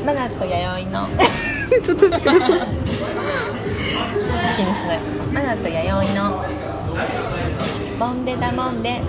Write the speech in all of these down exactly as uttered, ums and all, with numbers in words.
マナと弥生のちょっと待ってください気にしない。マナと弥生のモンデだモンデ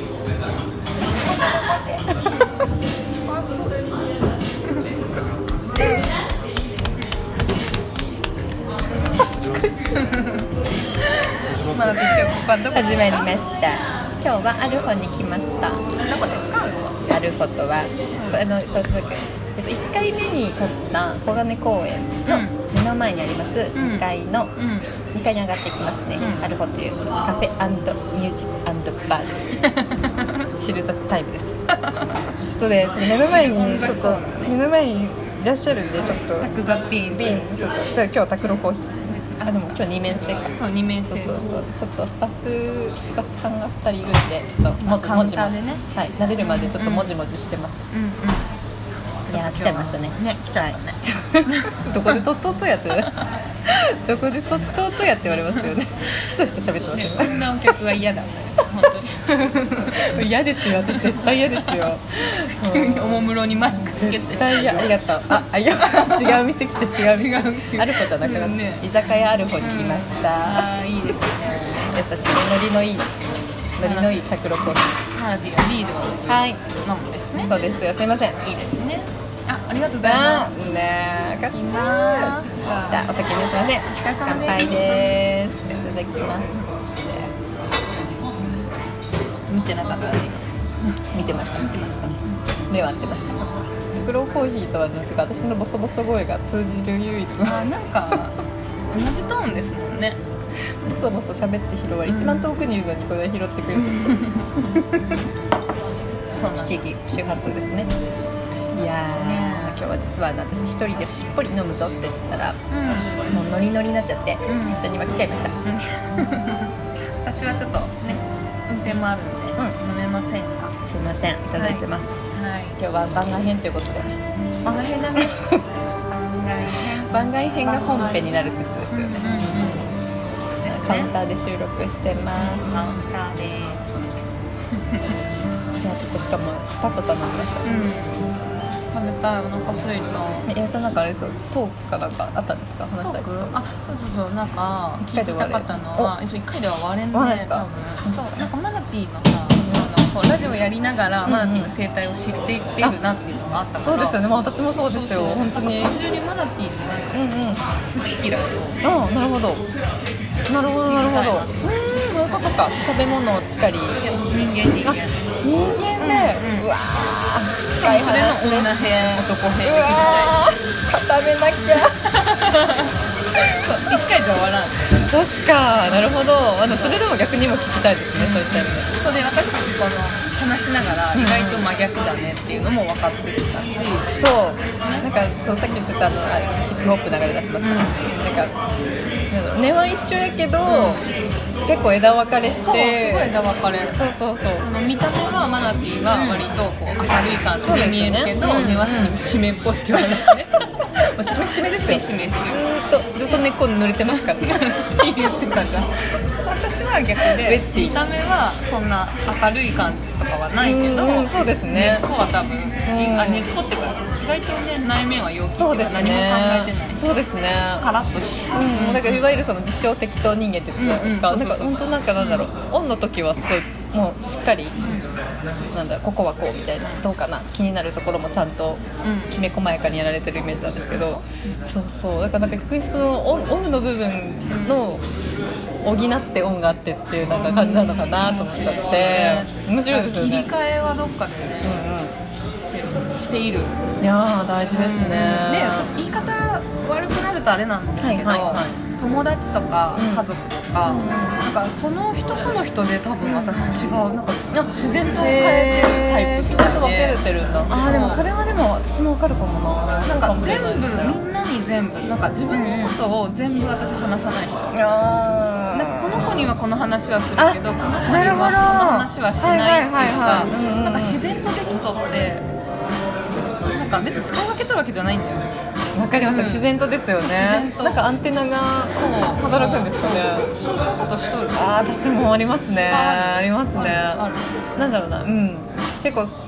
まだできるここはどこ始まりました。今日はアルフォに来ました。 どこですか？ アルフォとはあのいっかいめに撮った小金公園の目の前にありますにかいの、うん、にかいに上がっていきますね、うん、アルフォというカフェ&ミュージック&バーですチルザタイムですちょっとね、目の前にちょっと目の前にいらっしゃるんでちょっとタクザピンビンちょっと今日はタクロコーヒーですね。あ、でも今日にめんせいか。 そうにめんせい。 そうそうそう。ちょっとスタッフスタッフさんがふたりいるんでちょっともじもじもじ、ね、はい、慣れるまでちょっともじもじしてます。うんうん。いやー来ちゃいましたね。 ね、来ちゃったね。 どこでとっとっとやってどこでとっとっとやって言われますよね。ひそひそ喋ってますよね。 こんなお客は嫌だ。本当に。 嫌ですよ。私絶対嫌ですよ。 おもむろにマイクつけて。 絶対嫌。ありがとう。あ、あいや違う店来て違う店。違うアルフォじゃなくなって、ね、居酒屋アルフォに来ました。うん、 あーいいですね。 優しいノリのいいノリのいいタクロコーヒー。 ハーディはビールをはい飲むですね。 そうですよ。すいません。 いいですね。あ、ありがとうございます。 ねえ、かっこいい。じゃあお先にすいません。 お疲れ様です。 乾杯です。いただきます。 見てなかったね。 見てました。見てました。目は合ってました。タクロコーヒーとはなんか私のボソボソ声が通じる唯一の。 あ、なんか同じトーンですもんね。 ボソボソ喋って広がり、うん、一番遠くにいるのにこれ拾ってくれる。そう不思議周波数ですね。いやー、今日は実は私一人でしっぽり飲むぞって言ったら、うん、もうノリノリになっちゃって、うん、一緒には来ちゃいました。 私はちょっとね運転もあるんで、うん、飲めませんか？ すいません、いただいてます、 はいはい、 今日は番外編ということで。 番外編だね。 番外編が本編になる説ですよね。うんうんうん、カウンターで収録してます。 カウンターです。 いやちょっとしかもパスタ頼みました、うん、 食べたい。お腹空いた。 え、矢部さんなんかあれですよ、トークかなんかあったんですか？話したいこと。 あ、そうそうそう、なんか聞きたかったのは、いっかいでは割れんね。 割れですか？ そう、なんかマナティーのさ、あのラジオやりながらマナティーの生態を知っていってるなっていうのがあったから。 そうですよね、まあ、私もそうですよ。そうそう本当に単純にマナティーのなんか好き嫌いを、 あ、なるほどなるほどなるほど。うん、そういうことか。食べ物をしかり人間人間人間で、うんうん、うわーそれの女編男編で固めなきゃそういっかいで終わらん。 そっか、なるほど。あのそれでも逆にも聞きたいですね、そういった意味で。 それ私たちこの話しながら意外と真逆だねっていうのも分かってきたし、うん、 そう、ね、なんかそうさっき言ってたのあヒップホップ流れ出しました、うん、なんか根は一緒やけど、うん、結構枝分かれして、 そうすごい枝分かれ。 そうそうそう。 あの見た目はマナティーは割とこう明るい感じで見えるけど、根はしめっぽいって言われるしね。 もうしめしめですよ。 しめしめずーっとずっと根っこに濡れてますからって言ってたじゃん。 私は逆で見た目はそんな明るい感じとかはないけど、 うん、そうですね。 根っこは多分、うん、あ根っこっていうか意外とね内面は陽気っていうか何も考えてない。 そうですね。 カラッとして、 うん、だからいわゆるその自称適当人間って言ってたじゃないですか。うんうん、なんか本当なんかなんだろう、オンの時はすごいもうしっかり、うん、なんだここはこうみたいな、どうかな気になるところもちゃんときめ細やかにやられてるイメージなんですけど、うん、そうそうだからなんか逆にそのオン、オンの部分の補ってオンがあってっていうなんか感じなのかなと思っちゃって、面白いですよね。 切り替えはどっかで、ね、うんうん、してるしている。 いやー大事ですね。うん、 で私言い方悪くなるとあれなんですけど、はいはいはい、友達とか家族とか、うん、なんかその人その人で多分私違う、なんか自然と変えてるタイプみたいで、分けれてるんだ。 あーでもそれはでも私も分かるかもな。 なんか全部みんなに全部なんか自分のことを全部私話さない人、うん、あなんかこの子にはこの話はするけどこの子にはこの話はしないっていうか、なんか自然とできとってなんか別に使い分けとるわけじゃないんだよね。 わかります、うん、自然とですよね。なんかアンテナが働くんですかね。 そうそういうことしとる。 あ、私もありますね。ありますね。 ある。 なんだろうな、うん、結構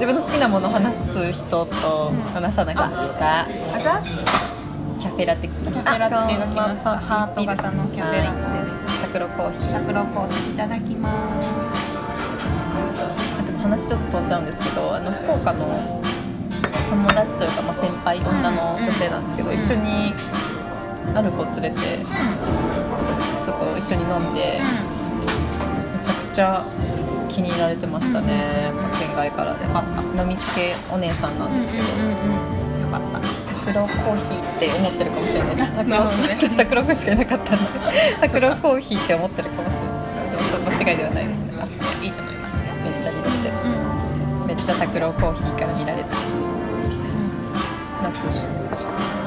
自分の好きなものを話す人と話さなかった、 あざっす。 キャフェラテ来ました。 キャフェラテが来ました。ハート型のキャフェラテです。 タクロコーヒー。 タクロコーヒーいただきます。 あと話ちょっと飛んじゃうんですけど、あの福岡の友達というか、まあ、先輩、うん、女の女性なんですけど、うん、一緒にアルフを連れて、うん、ちょっと一緒に飲んで、うん、めちゃくちゃ気に入られてましたね、うん、県外からで。飲みつけお姉さんなんですけど、うんうんうん、よかった。タクロコーヒーって思ってるかもしれないです。タクロ、ね、タクロコしかいなかったんでタクロコーヒーって思ってるかもしれない。間違いではないですね。あそこいいと思います。めっちゃいいって、うん、めっちゃタクロコーヒーから見られた。夏しですし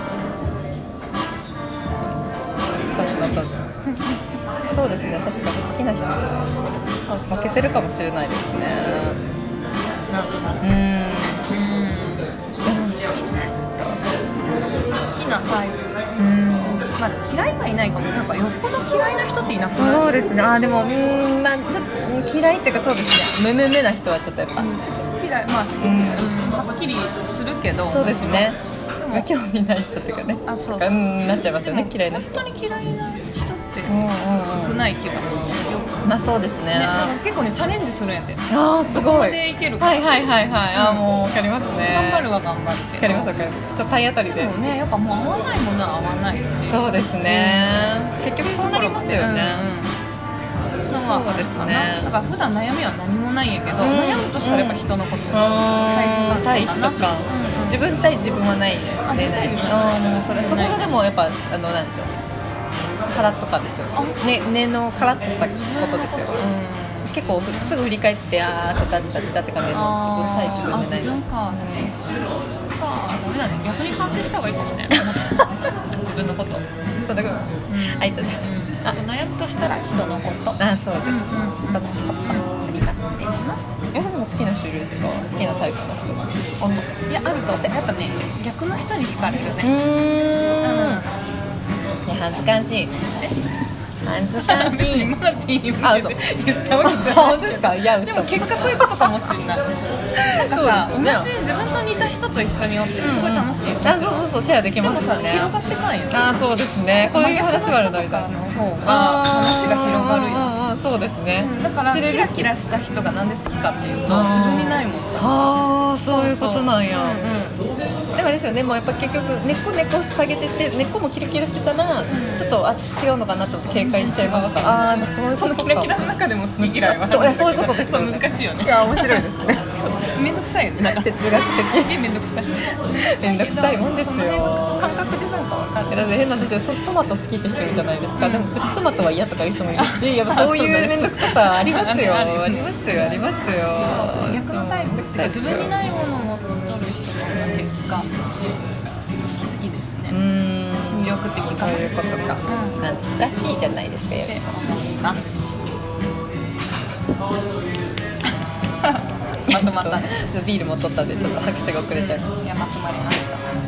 調子乗ったそうですね、確かに好きな人負けてるかもしれないですね。うん、うん、でも好きな人好きなタイプ、うん、まあ嫌いはいないかも。なんかよっぽど嫌いな人っていなくない？ そうですね。あでもうーん、まあ、ちょっと嫌いっていうかそうですね、ムムムな人はちょっとやっぱ、うん、好き嫌い、まあ好き嫌い、うん、はっきりするけど、 そうですね。でも興味ない人っていうかね、 あそうそう、 うんなっちゃいますよね。嫌いな人、 本当に嫌いな人って少ない気がする。 まあそうですね。 ね、結構ねチャレンジするんやって。 ああすごい。 でいけるから。 はいはいはいはい。ああもうわかりますね。 頑張るは頑張るけど。 わかりますわかります。ちょっと体当たりで。 でもねやっぱもう合わないものは合わないし。 そうですね。結局そうなりますよね。そうですね。 だから普段悩みは何もないんやけど、悩むとしたらやっぱ人のこと。 対人か。自分対自分はないですね。ああもうそれそこがでもやっぱあのなんでしょう。カラッとかですよ。ね根のカラッとしたことですよ。結構すぐ振り返ってあーちゃちゃちゃちゃって感じで自分対自分でないです。 あ自分か。私かダメだね。逆に反省した方がいいかもね。自分のこと。 そうだから。あいたちょっと。 悩むとしたら人のこと。 あそうです。人のことありますね。えでも好きな人いるんですか？好きなタイプの人。 いやあると思ってやっぱね逆の人に惹かれるね。 うーん。いや恥ずかしい。恥ずかしい。 マーティーあそう言ったわけじゃない。本当ですか？いやでも結果そういうことかもしれない。なんかさ同じ自分と似た人と一緒におってすごい楽しいよね。 あそうそうそうシェアできますね。 広がってかんよね。 あそうですね。こういう話はあるのみたいな方が話が広がるよ。 そうですね。 だからキラキラした人がなんで好きかっていうと自分にないもん。 ああそういうことなんや。でもですよね。もうやっぱ結局根っこ根っこ下げてて根っこもキラキラしてたらちょっとあ違うのかなと思って警戒しちゃいます。ああそういうことか。 キラキラの中でも好き嫌いはそうそういうことです。 そう難しいよね。 いや面白いですね。 めんどくさいよね。 哲学的。 めんどくさい。 めんどくさいもんですよ。 感覚でなんか分かってる。変なんですよ。トマト好きって人いるじゃないですか。でもプチトマトは嫌とかいう人もいるし、やっぱそういうめんどくささありますよ。ありますよありますよ。 逆のタイプって自分にないものを持ってる人の結果好きですね。魅力的か。 そういうことか。難しいじゃないですか。やります。まとまったね。ビールも取ったんでちょっと拍手が遅れちゃいました。 いやまとまりました。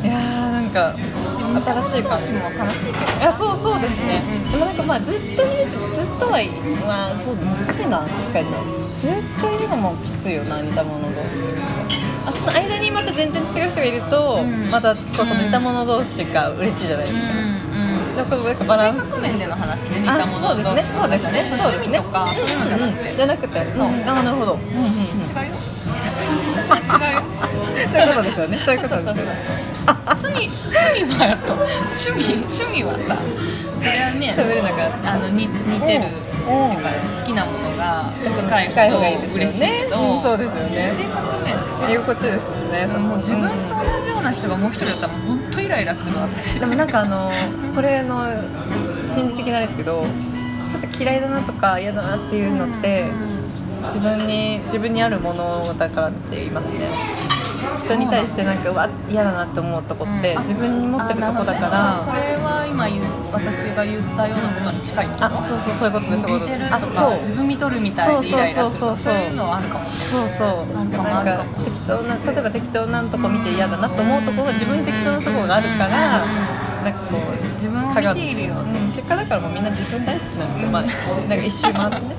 いやーなんか新しい感じも楽しいけど。 いやそうそうですね。でもなんかまあずっといるずっとはいまあそう難しいな確かに。ずっといるのもきついよな似た者同士。あその間にまた全然違う人がいると、うん、またこうその似た者同士が嬉しいじゃないですか。うんうん、なんかバランス。 性格面での話で似た者同士。 そうですね。そうですね。 趣味とかそういうのじゃなくて。 じゃなくて。そう。あなるほど。うんうんうん。 違うよ。あ違うよ。 そういうことですよね。そういうことですよね。 趣味趣味は趣味趣味はさそれはね喋れなかったあのに似てるっていうか好きなものが近いほど嬉しいけど、 そうですよね。 性格面で居心地ですしね。 もう自分と同じような人がもう一人だったら本当イライラする私。 でもなんかあのこれの心理的なんですけどちょっと嫌いだなとか嫌だなっていうのって自分に自分にあるものだからって言いますね。人に対してなんかうわ嫌だなって思うとこって、うん、自分に持ってるとこだから、 ね、それは今言う私が言ったようなことに近いってこと。 あそうそうそういうことです。 似てるとか自分見とるみたいでイライラするとそういうのはあるかもね。 そうそうなんか適当な例えば適当なとこ見て嫌だなと思うところが自分に適当なところがあるから、うん、なんかこう自分を見ているよ、 うん、結果だからもうみんな自分大好きなんですよ。まあ、なんか一周回ってねもう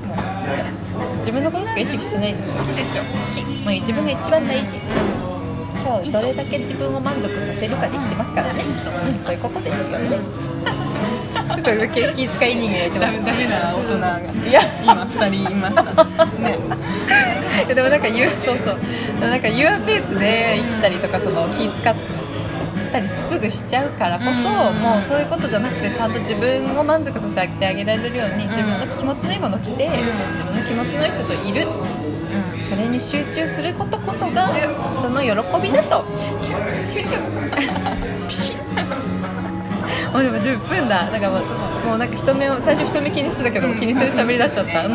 自分のことしか意識してないです。 好きでしょ。 好き、まあ、自分が一番大事、うん、どれだけ自分を満足させるかで生きてますからね、うん、そういうことですよねそれだけ気遣い人間がいてます。 ダメな大人がいや今ふたりいましたねでもなんか言うそうそうなんかユアペースで生きたりとか、その気遣ったりすぐしちゃうからこそ、うん、もうそういうことじゃなくてちゃんと自分を満足させてあげられるように、自分の気持ちのいいものを着て、うん、自分の気持ちのいい人といる、うん、それに集中することこそが人の喜びだと。集中集中ピシッもうでもじゅっぷんだ。なんかもう、もうなんか人目を最初人目気にしてたけど、うん、気にせず喋り出しちゃった、うんうん、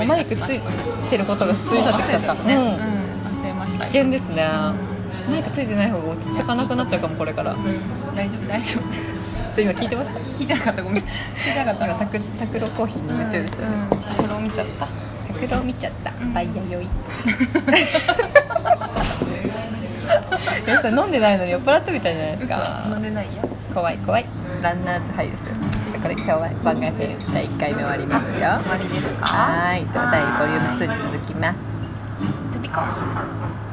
マイクついてることが普通になってきちゃった、 ね、うん、忘れました。 危険ですね。マイクついてない方が落ち着かなくなっちゃうかも、これから。 大丈夫大丈夫今聞いてました？ 聞いてなかった、ごめん。聞いてなかった。 なんかタクタクロコーヒーに夢中でしたね。 タクロを見ちゃった。 タクロを見ちゃった。バイヤ酔い。皆さん飲んでないのに酔っ払ったみたいじゃないですか。 飲んでないよ。 怖い怖い。ランナーズハイですよ。これ今日は番外編だいいっかいめ終わりますよ。終わりですか？ はい。ではだいボリュームツーに続きます。 トビコ。